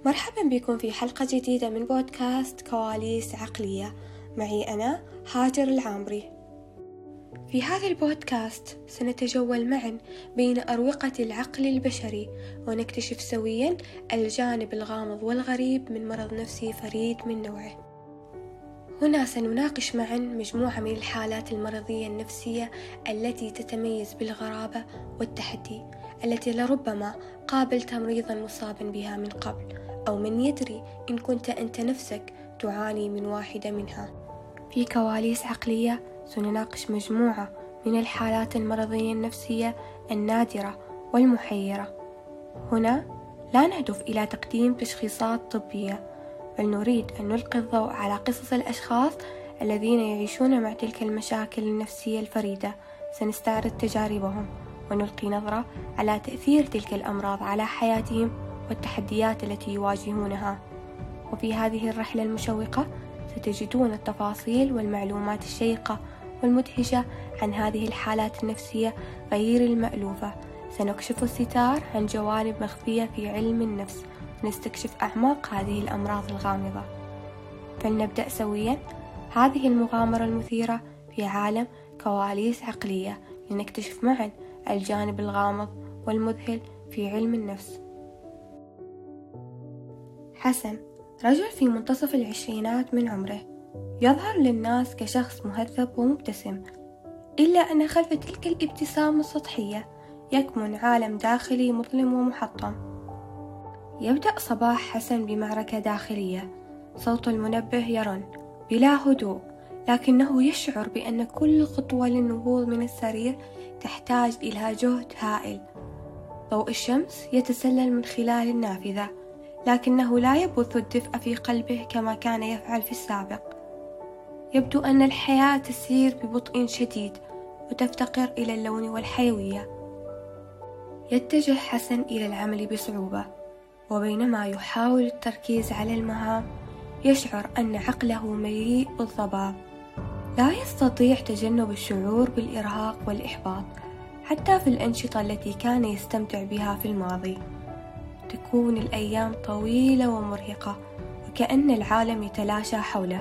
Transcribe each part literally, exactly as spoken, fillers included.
مرحبا بكم في حلقة جديدة من بودكاست كواليس عقلية. معي أنا هاجر العامري. في هذا البودكاست سنتجول معا بين أروقة العقل البشري ونكتشف سويا الجانب الغامض والغريب من مرض نفسي فريد من نوعه. هنا سنناقش معا مجموعة من الحالات المرضية النفسية التي تتميز بالغرابة والتحدي، التي لربما قابلت مريضا مصابا بها من قبل، أو من يدري إن كنت أنت نفسك تعاني من واحدة منها. في كواليس عقلية سنناقش مجموعة من الحالات المرضية النفسية النادرة والمحيرة. هنا لا نهدف إلى تقديم تشخيصات طبية، بل نريد أن نلقي الضوء على قصص الأشخاص الذين يعيشون مع تلك المشاكل النفسية الفريدة. سنستعرض تجاربهم ونلقي نظرة على تأثير تلك الأمراض على حياتهم والتحديات التي يواجهونها. وفي هذه الرحلة المشوقة ستجدون التفاصيل والمعلومات الشيقة والمدهشة عن هذه الحالات النفسية غير المألوفة. سنكشف الستار عن جوانب مخفية في علم النفس ونستكشف أعماق هذه الأمراض الغامضة. فلنبدأ سويا هذه المغامرة المثيرة في عالم كواليس عقلية، لنكتشف معا الجانب الغامض والمذهل في علم النفس. حسن رجل في منتصف العشرينات من عمره، يظهر للناس كشخص مهذب ومبتسم، إلا أن خلف تلك الابتسامة السطحية يكمن عالم داخلي مظلم ومحطم. يبدأ صباح حسن بمعركة داخلية، صوت المنبه يرن بلا هدوء، لكنه يشعر بأن كل خطوة للنهوض من السرير تحتاج إلى جهد هائل. ضوء الشمس يتسلل من خلال النافذة، لكنه لا يبث الدفء في قلبه كما كان يفعل في السابق. يبدو أن الحياة تسير ببطء شديد وتفتقر إلى اللون والحيوية. يتجه حسن إلى العمل بصعوبة، وبينما يحاول التركيز على المهام يشعر أن عقله مليء بالضباب. لا يستطيع تجنب الشعور بالإرهاق والإحباط حتى في الأنشطة التي كان يستمتع بها في الماضي. تكون الأيام طويلة ومرهقة، وكأن العالم يتلاشى حوله.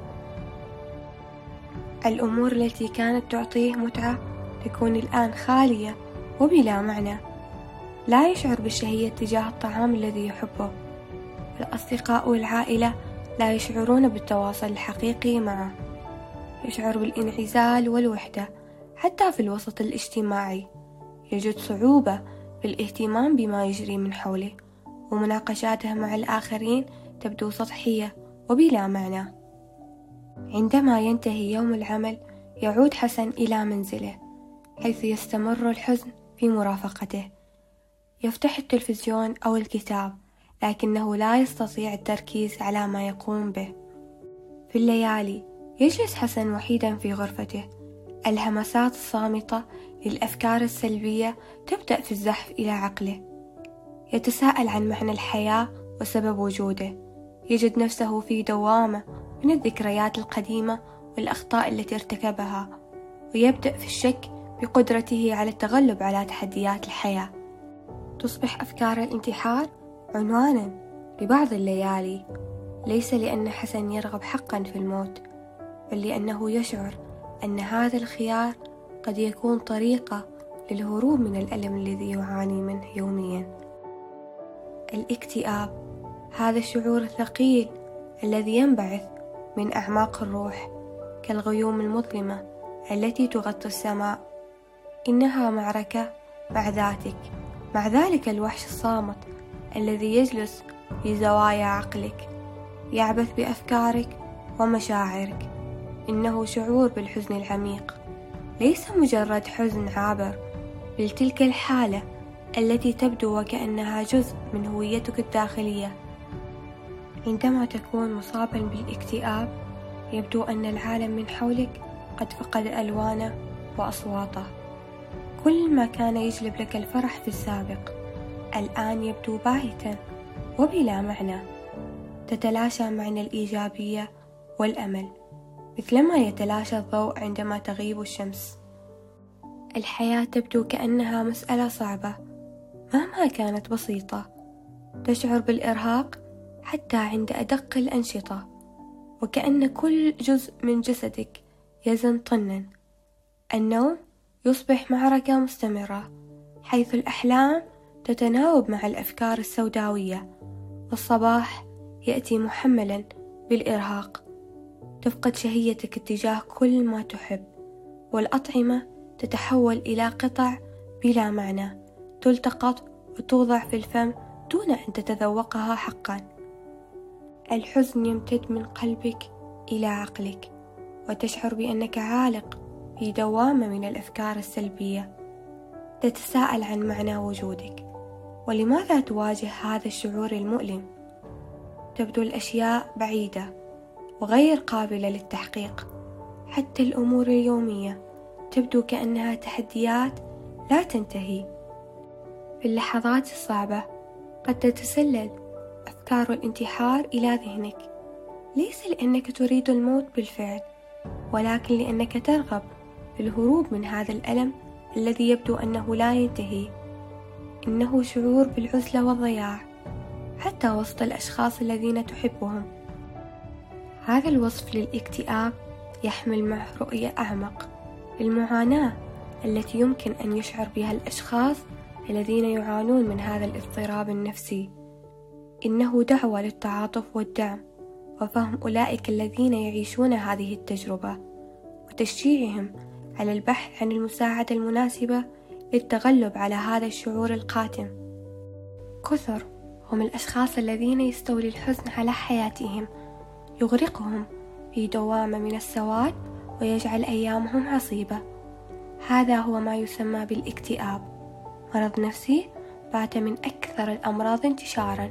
الأمور التي كانت تعطيه متعة تكون الآن خالية وبلا معنى. لا يشعر بالشهية تجاه الطعام الذي يحبه. الأصدقاء والعائلة لا يشعرون بالتواصل الحقيقي معه. يشعر بالانعزال والوحدة حتى في الوسط الاجتماعي. يجد صعوبة بالاهتمام بما يجري من حوله، ومناقشاته مع الآخرين تبدو سطحية وبلا معنى. عندما ينتهي يوم العمل يعود حسن إلى منزله، حيث يستمر الحزن في مرافقته. يفتح التلفزيون أو الكتاب، لكنه لا يستطيع التركيز على ما يقوم به. في الليالي يجلس حسن وحيدا في غرفته. الهمسات الصامتة للأفكار السلبية تبدأ في الزحف إلى عقله. يتساءل عن معنى الحياة وسبب وجوده. يجد نفسه في دوامة من الذكريات القديمة والأخطاء التي ارتكبها، ويبدأ في الشك بقدرته على التغلب على تحديات الحياة. تصبح أفكار الانتحار عنوانا لبعض الليالي، ليس لأن حسن يرغب حقا في الموت، بل لأنه يشعر أن هذا الخيار قد يكون طريقة للهروب من الألم الذي يعاني منه يوميا. الاكتئاب، هذا الشعور الثقيل الذي ينبعث من أعماق الروح كالغيوم المظلمة التي تغطي السماء. إنها معركة مع ذاتك، مع ذلك الوحش الصامت الذي يجلس في زوايا عقلك، يعبث بأفكارك ومشاعرك. إنه شعور بالحزن العميق، ليس مجرد حزن عابر، بل تلك الحالة التي تبدو وكأنها جزء من هويتك الداخلية. عندما تكون مصابا بالاكتئاب يبدو أن العالم من حولك قد فقد ألوانه وأصواته. كل ما كان يجلب لك الفرح في السابق الآن يبدو باهتا وبلا معنى. تتلاشى معنى الإيجابية والأمل، مثلما يتلاشى الضوء عندما تغيب الشمس. الحياة تبدو كأنها مسألة صعبة مهما كانت بسيطة. تشعر بالإرهاق حتى عند أدق الأنشطة، وكأن كل جزء من جسدك يزن طنا. النوم يصبح معركة مستمرة، حيث الأحلام تتناوب مع الأفكار السوداوية، والصباح يأتي محملا بالإرهاق. تفقد شهيتك اتجاه كل ما تحب، والأطعمة تتحول إلى قطع بلا معنى، تلتقط وتوضع في الفم دون أن تتذوقها حقا. الحزن يمتد من قلبك إلى عقلك، وتشعر بأنك عالق في دوامة من الأفكار السلبية. تتساءل عن معنى وجودك، ولماذا تواجه هذا الشعور المؤلم؟ تبدو الأشياء بعيدة وغير قابلة للتحقيق، حتى الأمور اليومية تبدو كأنها تحديات لا تنتهي. في اللحظات الصعبة قد تتسلل أفكار الانتحار إلى ذهنك، ليس لأنك تريد الموت بالفعل، ولكن لأنك ترغب في الهروب من هذا الألم الذي يبدو أنه لا ينتهي. إنه شعور بالعزلة والضياع، حتى وسط الأشخاص الذين تحبهم. هذا الوصف للاكتئاب يحمل معه رؤية أعمق للمعاناة التي يمكن أن يشعر بها الأشخاص الذين يعانون من هذا الاضطراب النفسي. إنه دعوة للتعاطف والدعم، وفهم أولئك الذين يعيشون هذه التجربة، وتشجيعهم على البحث عن المساعدة المناسبة للتغلب على هذا الشعور القاتم. كثر هم الأشخاص الذين يستولي الحزن على حياتهم، يغرقهم في دوامة من السواد ويجعل أيامهم عصيبة. هذا هو ما يسمى بالاكتئاب، مرض نفسي بات من أكثر الأمراض انتشارا.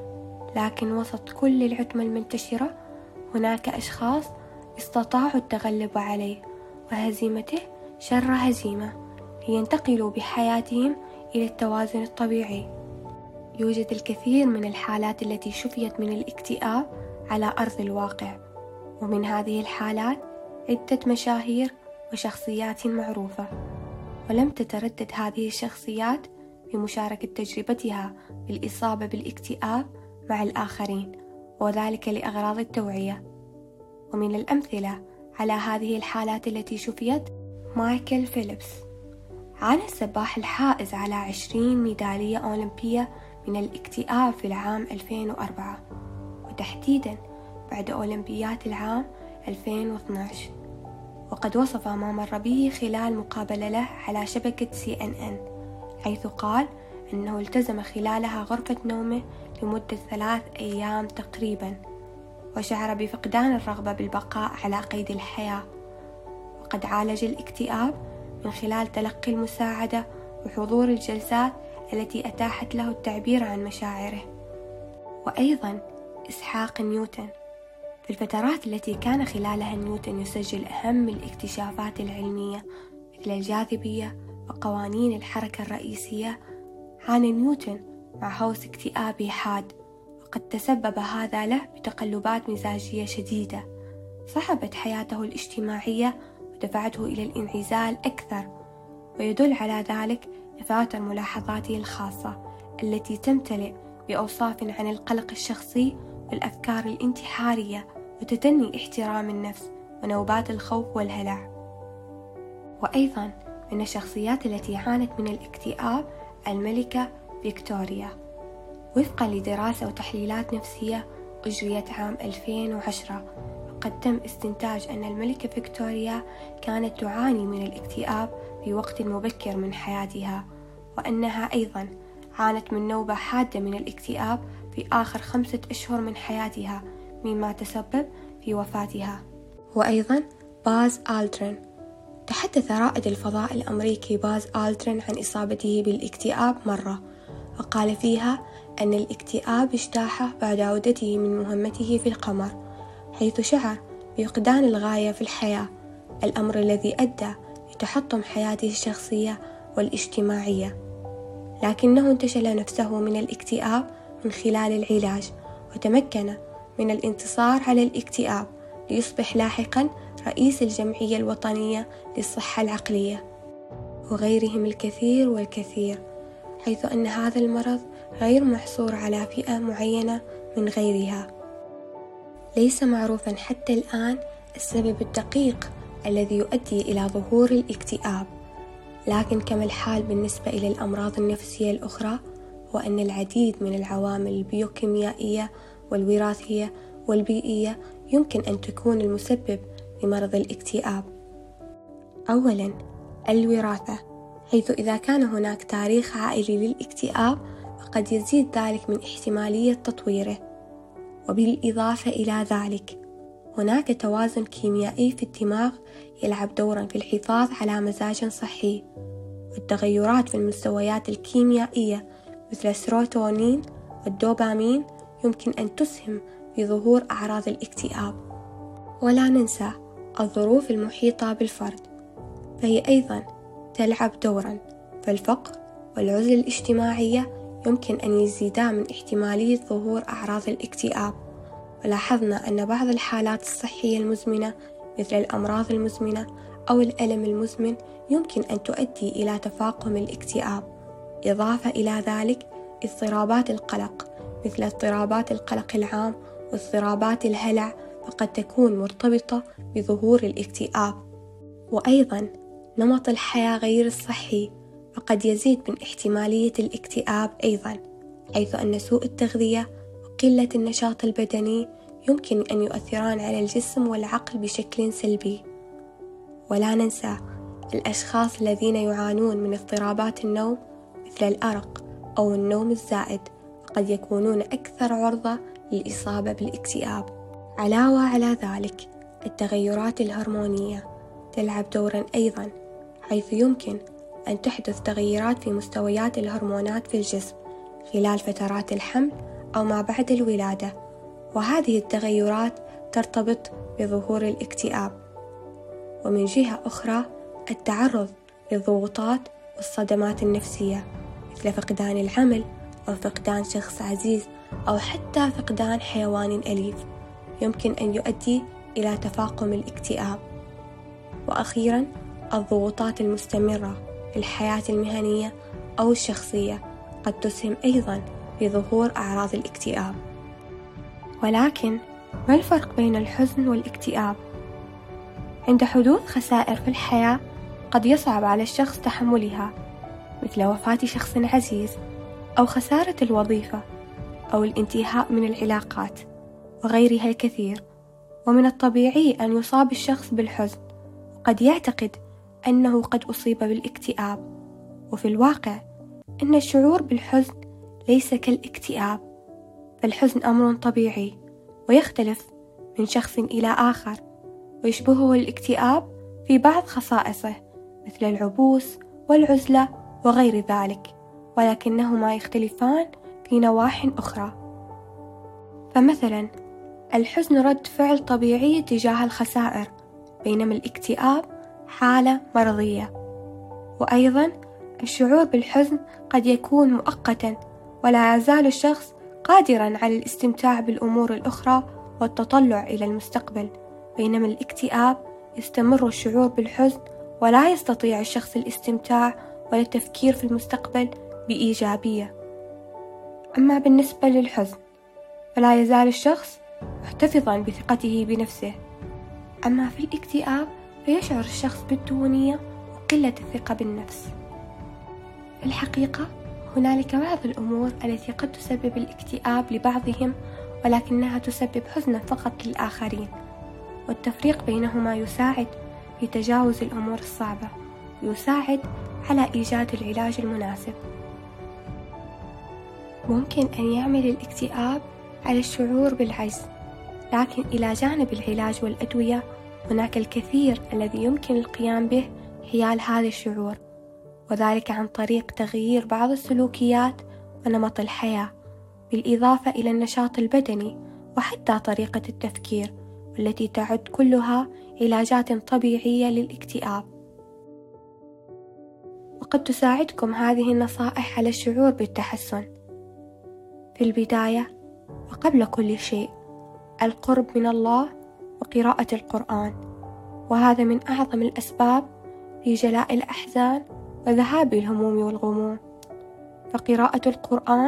لكن وسط كل العتمة المنتشرة هناك أشخاص استطاعوا التغلب عليه وهزيمته شر هزيمة، لينتقلوا بحياتهم إلى التوازن الطبيعي. يوجد الكثير من الحالات التي شفيت من الاكتئاب على أرض الواقع، ومن هذه الحالات عدة مشاهير وشخصيات معروفة، ولم تتردد هذه الشخصيات في مشاركة تجربتها بالإصابة بالاكتئاب مع الآخرين، وذلك لأغراض التوعية. ومن الأمثلة على هذه الحالات التي شفيت مايكل فيليبس، عانى السباح الحائز على عشرين ميدالية أولمبية من الاكتئاب في العام ألفين وأربعة، وتحديدا بعد أولمبيات العام ألفين واثناشر. وقد وصف ما مر به خلال مقابلة له على شبكة سي إن إن، حيث قال أنه التزم خلالها غرفة نومه لمدة ثلاث أيام تقريبا، وشعر بفقدان الرغبة بالبقاء على قيد الحياة. وقد عالج الاكتئاب من خلال تلقي المساعدة وحضور الجلسات التي أتاحت له التعبير عن مشاعره. وأيضا إسحاق نيوتن، في الفترات التي كان خلالها نيوتن يسجل أهم الاكتشافات العلمية مثل الجاذبية وقوانين الحركة الرئيسية، عانى نيوتن مع هوس اكتئابي حاد، وقد تسبب هذا له بتقلبات مزاجية شديدة صعبت حياته الاجتماعية ودفعته إلى الانعزال أكثر. ويدل على ذلك دفاتر ملاحظاته الخاصة التي تمتلئ بأوصاف عن القلق الشخصي والأفكار الانتحارية وتدني احترام النفس ونوبات الخوف والهلع. وأيضا من الشخصيات التي عانت من الاكتئاب الملكة فيكتوريا، وفقا لدراسة وتحليلات نفسية أجريت عام ألفين وعشرة، وقد تم استنتاج أن الملكة فيكتوريا كانت تعاني من الاكتئاب في وقت مبكر من حياتها، وأنها أيضا عانت من نوبة حادة من الاكتئاب في آخر خمسة أشهر من حياتها، مما تسبب في وفاتها. وأيضا باز ألدرين، تحدث رائد الفضاء الأمريكي باز ألدرين عن إصابته بالاكتئاب مرة، وقال فيها أن الاكتئاب اجتاحه بعد عودته من مهمته في القمر، حيث شعر بفقدان الغاية في الحياة، الأمر الذي أدى لتحطم حياته الشخصية والاجتماعية. لكنه انتشل نفسه من الاكتئاب من خلال العلاج، وتمكن من الانتصار على الاكتئاب ليصبح لاحقا رئيس الجمعية الوطنية للصحة العقلية، وغيرهم الكثير والكثير، حيث أن هذا المرض غير محصور على فئة معينة من غيرها. ليس معروفا حتى الآن السبب الدقيق الذي يؤدي إلى ظهور الاكتئاب، لكن كما الحال بالنسبة إلى الأمراض النفسية الأخرى، هو أن العديد من العوامل البيوكيميائية والوراثية والبيئية يمكن أن تكون المسبب لمرض الاكتئاب. أولاً، الوراثة، حيث إذا كان هناك تاريخ عائلي للاكتئاب فقد يزيد ذلك من احتمالية تطويره. وبالإضافة إلى ذلك هناك توازن كيميائي في الدماغ يلعب دورا في الحفاظ على مزاج صحي، والتغيرات في المستويات الكيميائية مثل السيروتونين والدوبامين يمكن أن تسهم في ظهور أعراض الاكتئاب. ولا ننسى الظروف المحيطة بالفرد، فهي أيضا تلعب دورا، فالفقر والعزلة الاجتماعية يمكن أن يزيدا من احتمالية ظهور أعراض الاكتئاب. ولاحظنا أن بعض الحالات الصحية المزمنة مثل الأمراض المزمنة أو الألم المزمن يمكن أن تؤدي إلى تفاقم الاكتئاب. إضافة إلى ذلك اضطرابات القلق مثل اضطرابات القلق العام واضطرابات الهلع فقد تكون مرتبطة بظهور الاكتئاب. وأيضا نمط الحياة غير الصحي فقد يزيد من احتمالية الاكتئاب أيضا، حيث أن سوء التغذية وقلة النشاط البدني يمكن أن يؤثران على الجسم والعقل بشكل سلبي. ولا ننسى الأشخاص الذين يعانون من اضطرابات النوم مثل الأرق أو النوم الزائد قد يكونون أكثر عرضة للإصابة بالاكتئاب. علاوة على ذلك التغيرات الهرمونية تلعب دورا أيضا، حيث يمكن أن تحدث تغيرات في مستويات الهرمونات في الجسم خلال فترات الحمل أو ما بعد الولادة، وهذه التغيرات ترتبط بظهور الاكتئاب. ومن جهة أخرى التعرض للضغوطات والصدمات النفسية مثل فقدان العمل أو فقدان شخص عزيز أو حتى فقدان حيوان أليف يمكن أن يؤدي إلى تفاقم الاكتئاب. وأخيرا الضغوطات المستمرة في الحياة المهنية أو الشخصية قد تسهم أيضا بظهور أعراض الاكتئاب. ولكن ما الفرق بين الحزن والاكتئاب؟ عند حدوث خسائر في الحياة قد يصعب على الشخص تحملها، مثل وفاة شخص عزيز أو خسارة الوظيفة أو الانتهاء من العلاقات وغيرها الكثير. ومن الطبيعي أن يصاب الشخص بالحزن وقد يعتقد أنه قد أصيب بالاكتئاب، وفي الواقع أن الشعور بالحزن ليس كالاكتئاب، فالحزن أمر طبيعي ويختلف من شخص إلى آخر، ويشبهه الاكتئاب في بعض خصائصه مثل العبوس والعزلة وغير ذلك، ولكنهما يختلفان في نواحٍ أخرى. فمثلا الحزن رد فعل طبيعي تجاه الخسائر، بينما الاكتئاب حالة مرضية. وأيضا الشعور بالحزن قد يكون مؤقتا ولا يزال الشخص قادرا على الاستمتاع بالأمور الأخرى والتطلع إلى المستقبل، بينما الاكتئاب يستمر الشعور بالحزن ولا يستطيع الشخص الاستمتاع ولا التفكير في المستقبل بإيجابية. أما بالنسبة للحزن فلا يزال الشخص محتفظا بثقته بنفسه، أما في الاكتئاب فيشعر الشخص بالدونية وقلة الثقة بالنفس. في الحقيقة هنالك بعض الأمور التي قد تسبب الاكتئاب لبعضهم ولكنها تسبب حزنا فقط للآخرين، والتفريق بينهما يساعد في تجاوز الأمور الصعبة ويساعد على إيجاد العلاج المناسب. ممكن أن يعمل الاكتئاب على الشعور بالعجز، لكن إلى جانب العلاج والأدوية هناك الكثير الذي يمكن القيام به حيال هذا الشعور، وذلك عن طريق تغيير بعض السلوكيات ونمط الحياة، بالإضافة إلى النشاط البدني وحتى طريقة التفكير، والتي تعد كلها علاجات طبيعية للاكتئاب. وقد تساعدكم هذه النصائح على الشعور بالتحسن. في البداية وقبل كل شيء القرب من الله وقراءة القرآن، وهذا من أعظم الأسباب في جلاء الأحزان وذهاب الهموم والغموم. فقراءة القرآن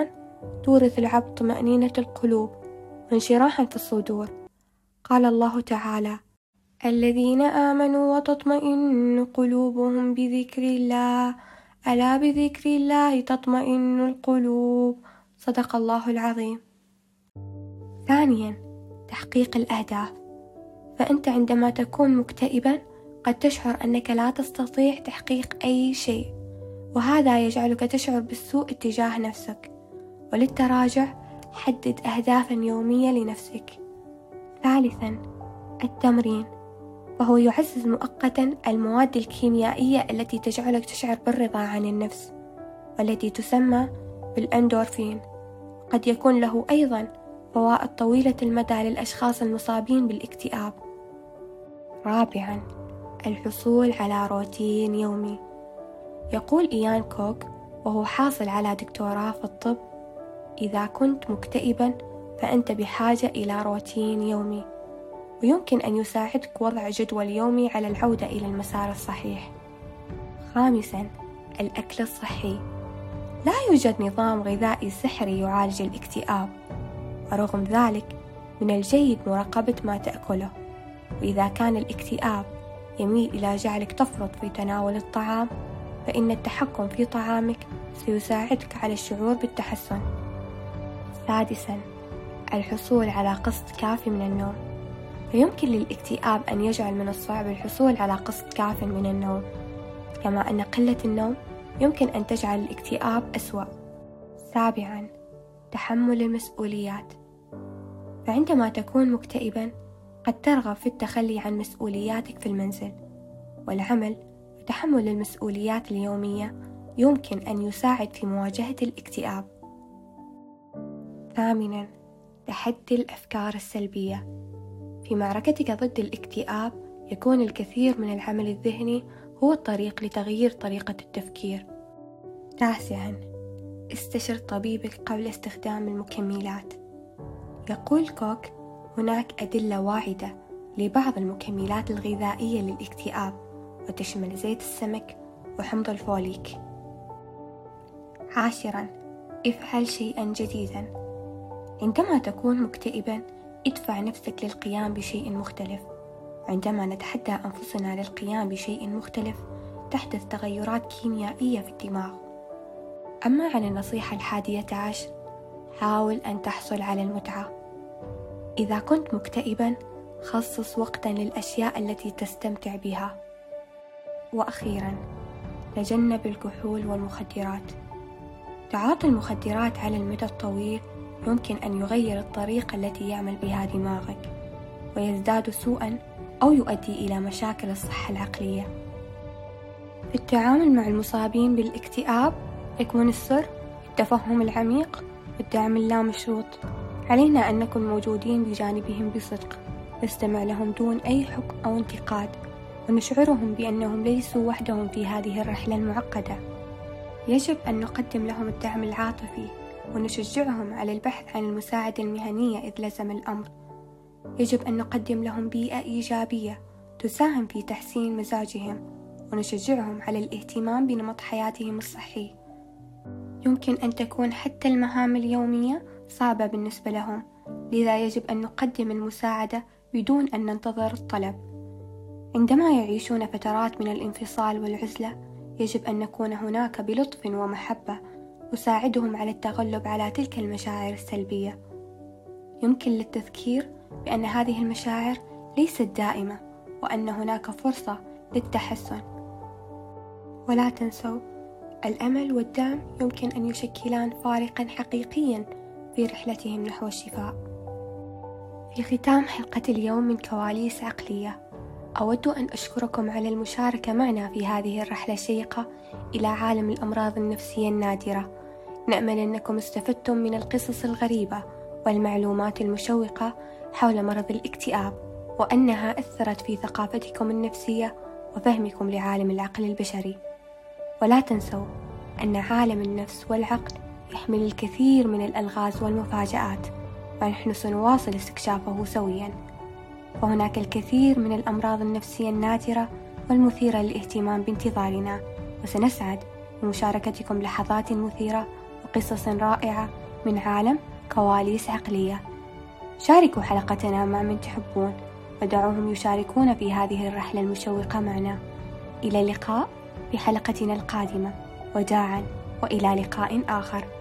تورث العبد طمأنينة القلوب وانشراحا في الصدور. قال الله تعالى: الذين آمنوا وتطمئن قلوبهم بذكر الله، ألا بذكر الله تطمئن القلوب. صدق الله العظيم. ثانيا، تحقيق الأهداف. فأنت عندما تكون مكتئبا قد تشعر أنك لا تستطيع تحقيق أي شيء، وهذا يجعلك تشعر بالسوء اتجاه نفسك. وللتراجع حدد أهدافا يومية لنفسك. ثالثا، التمرين، وهو يعزز مؤقتا المواد الكيميائية التي تجعلك تشعر بالرضا عن النفس، والتي تسمى بالأندورفين. قد يكون له أيضا فوائد طويلة المدى للأشخاص المصابين بالاكتئاب. رابعا، الحصول على روتين يومي. يقول إيان كوك وهو حاصل على دكتوراه في الطب: إذا كنت مكتئبا فأنت بحاجة إلى روتين يومي، ويمكن أن يساعدك وضع جدول يومي على العودة إلى المسار الصحيح. خامسا، الأكل الصحي. لا يوجد نظام غذائي سحري يعالج الاكتئاب، ورغم ذلك من الجيد مراقبة ما تأكله. وإذا كان الاكتئاب يميل إلى جعلك تفرط في تناول الطعام، فإن التحكم في طعامك سيساعدك على الشعور بالتحسن. سادسا، الحصول على قسط كافي من النوم. فيمكن للاكتئاب أن يجعل من الصعب الحصول على قسط كافٍ من النوم، كما أن قلة النوم يمكن أن تجعل الاكتئاب أسوأ. سابعاً، تحمل المسؤوليات. فعندما تكون مكتئباً قد ترغب في التخلي عن مسؤولياتك في المنزل والعمل، وتحمل المسؤوليات اليومية يمكن أن يساعد في مواجهة الاكتئاب. ثامناً، تحدي الأفكار السلبية. في معركتك ضد الاكتئاب يكون الكثير من العمل الذهني هو الطريق لتغيير طريقة التفكير. تاسعاً، استشر طبيبك قبل استخدام المكملات. يقول كوك: هناك أدلة واعدة لبعض المكملات الغذائية للاكتئاب، وتشمل زيت السمك وحمض الفوليك. عاشراً، افعل شيئاً جديداً. عندما تكون مكتئباً ادفع نفسك للقيام بشيء مختلف. عندما نتحدى أنفسنا للقيام بشيء مختلف تحدث تغيرات كيميائية في الدماغ. أما عن النصيحة الحادية عشر، حاول أن تحصل على المتعة. إذا كنت مكتئبا خصص وقتا للأشياء التي تستمتع بها. وأخيرا، تجنب الكحول والمخدرات. تعاطي المخدرات على المدى الطويل يمكن أن يغير الطريقة التي يعمل بها دماغك، ويزداد سوءا أو يؤدي إلى مشاكل الصحة العقلية. في التعامل مع المصابين بالاكتئاب يكمن السر في التفهم العميق والدعم اللامشروط. علينا أن نكون موجودين بجانبهم بصدق، نستمع لهم دون أي حكم أو انتقاد، ونشعرهم بأنهم ليسوا وحدهم في هذه الرحلة المعقدة. يجب أن نقدم لهم الدعم العاطفي ونشجعهم على البحث عن المساعدة المهنية إذ لزم الأمر. يجب أن نقدم لهم بيئة إيجابية تساهم في تحسين مزاجهم، ونشجعهم على الاهتمام بنمط حياتهم الصحي. يمكن أن تكون حتى المهام اليومية صعبة بالنسبة لهم، لذا يجب أن نقدم المساعدة بدون أن ننتظر الطلب. عندما يعيشون فترات من الانفصال والعزلة يجب أن نكون هناك بلطف ومحبة، نساعدهم على التغلب على تلك المشاعر السلبية. يمكن للتذكير بأن هذه المشاعر ليست دائمة، وأن هناك فرصة للتحسن. ولا تنسوا، الأمل والدعم يمكن أن يشكلان فارقا حقيقيا في رحلتهم نحو الشفاء. في ختام حلقة اليوم من كواليس عقلية، أود أن أشكركم على المشاركة معنا في هذه الرحلة الشيقة إلى عالم الأمراض النفسية النادرة. نأمل أنكم استفدتم من القصص الغريبة والمعلومات المشوقة حول مرض الاكتئاب، وأنها أثرت في ثقافتكم النفسية وفهمكم لعالم العقل البشري. ولا تنسوا أن عالم النفس والعقل يحمل الكثير من الألغاز والمفاجآت، ونحن سنواصل استكشافه سويا. فهناك الكثير من الأمراض النفسية النادرة والمثيرة للاهتمام بانتظارنا، وسنسعد بمشاركتكم لحظات مثيرة وقصص رائعة من عالم كواليس عقلية. شاركوا حلقتنا مع من تحبون ودعوهم يشاركون في هذه الرحلة المشوقة معنا. إلى اللقاء في حلقتنا القادمة، وداعا وإلى لقاء آخر.